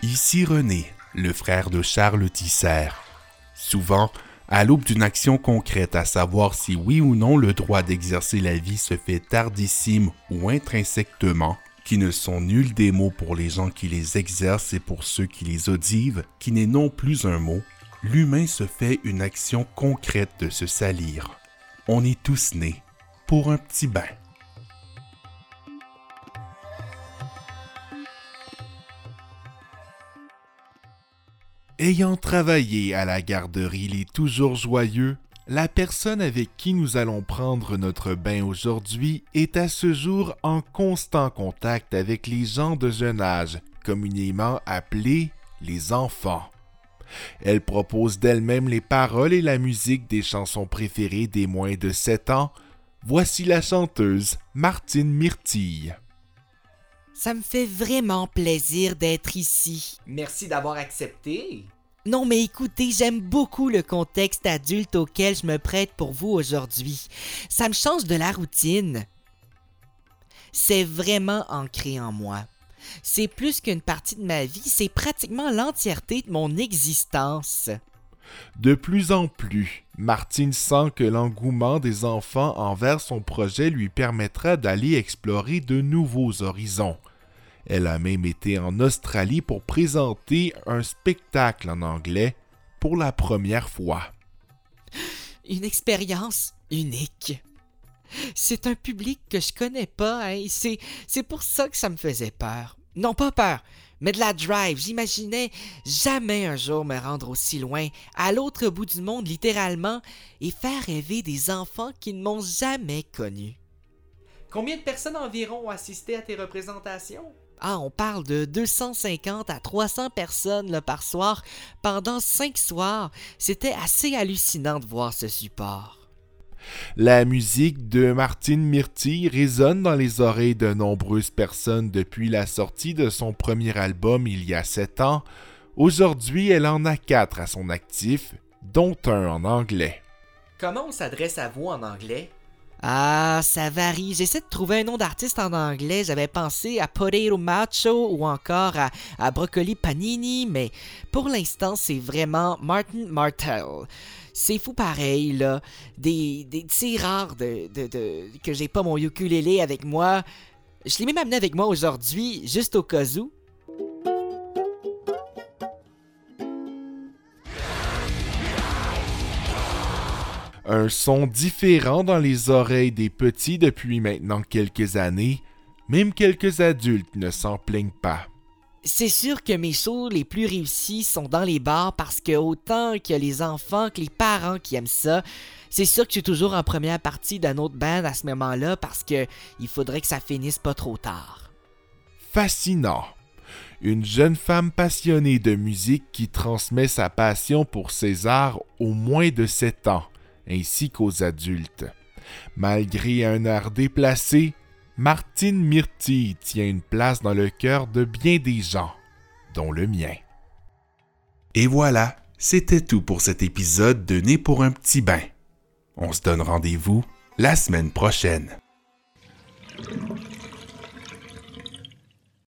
Ici René, le frère de Charles Tisser. Souvent, à l'aube d'une action concrète à savoir si oui ou non le droit d'exercer la vie se fait tardissime ou intrinsèquement, qui ne sont nuls des mots pour les gens qui les exercent et pour ceux qui les audivent, qui n'est non plus un mot, l'humain se fait une action concrète de se salir. On est tous nés pour un petit bain. Ayant travaillé à la garderie Les Toujours Joyeux, la personne avec qui nous allons prendre notre bain aujourd'hui est à ce jour en constant contact avec les gens de jeune âge, communément appelés les enfants. Elle propose d'elle-même les paroles et la musique des chansons préférées des moins de 7 ans. Voici la chanteuse Martine Myrtille. Ça me fait vraiment plaisir d'être ici. Merci d'avoir accepté. Non, mais écoutez, j'aime beaucoup le contexte adulte auquel je me prête pour vous aujourd'hui. Ça me change de la routine. C'est vraiment ancré en moi. C'est plus qu'une partie de ma vie, c'est pratiquement l'entièreté de mon existence. De plus en plus, Martine sent que l'engouement des enfants envers son projet lui permettra d'aller explorer de nouveaux horizons. Elle a même été en Australie pour présenter un spectacle en anglais pour la première fois. Une expérience unique. C'est un public que je connais pas, hein. C'est pour ça que ça me faisait peur. Non, pas peur, mais de la drive. J'imaginais jamais un jour me rendre aussi loin, à l'autre bout du monde littéralement, et faire rêver des enfants qui ne m'ont jamais connu. Combien de personnes environ ont assisté à tes représentations? Ah, on parle de 250 à 300 personnes là, par soir pendant 5 soirs. C'était assez hallucinant de voir ce support. La musique de Martine Myrtille résonne dans les oreilles de nombreuses personnes depuis la sortie de son premier album il y a 7 ans. Aujourd'hui, elle en a 4 à son actif, dont un en anglais. Comment on s'adresse à vous en anglais? Ah, ça varie. J'essaie de trouver un nom d'artiste en anglais. J'avais pensé à Potato Macho ou encore à Broccoli Panini, mais pour l'instant, c'est vraiment Martin Martel. C'est fou pareil, là. C'est rare que j'ai pas mon ukulélé avec moi. Je l'ai même amené avec moi aujourd'hui, juste au cas où. Un son différent dans les oreilles des petits depuis maintenant quelques années, même quelques adultes ne s'en plaignent pas. C'est sûr que mes shows les plus réussis sont dans les bars parce que autant que les enfants que les parents qui aiment ça, c'est sûr que je suis toujours en première partie d'un autre band à ce moment-là parce que il faudrait que ça finisse pas trop tard. Fascinant. Une jeune femme passionnée de musique qui transmet sa passion pour ces arts aux moins de 7 ans, ainsi qu'aux adultes. Malgré un air déplacé, Martine Myrtille tient une place dans le cœur de bien des gens, dont le mien. Et voilà, c'était tout pour cet épisode de Né pour un petit bain. On se donne rendez-vous la semaine prochaine.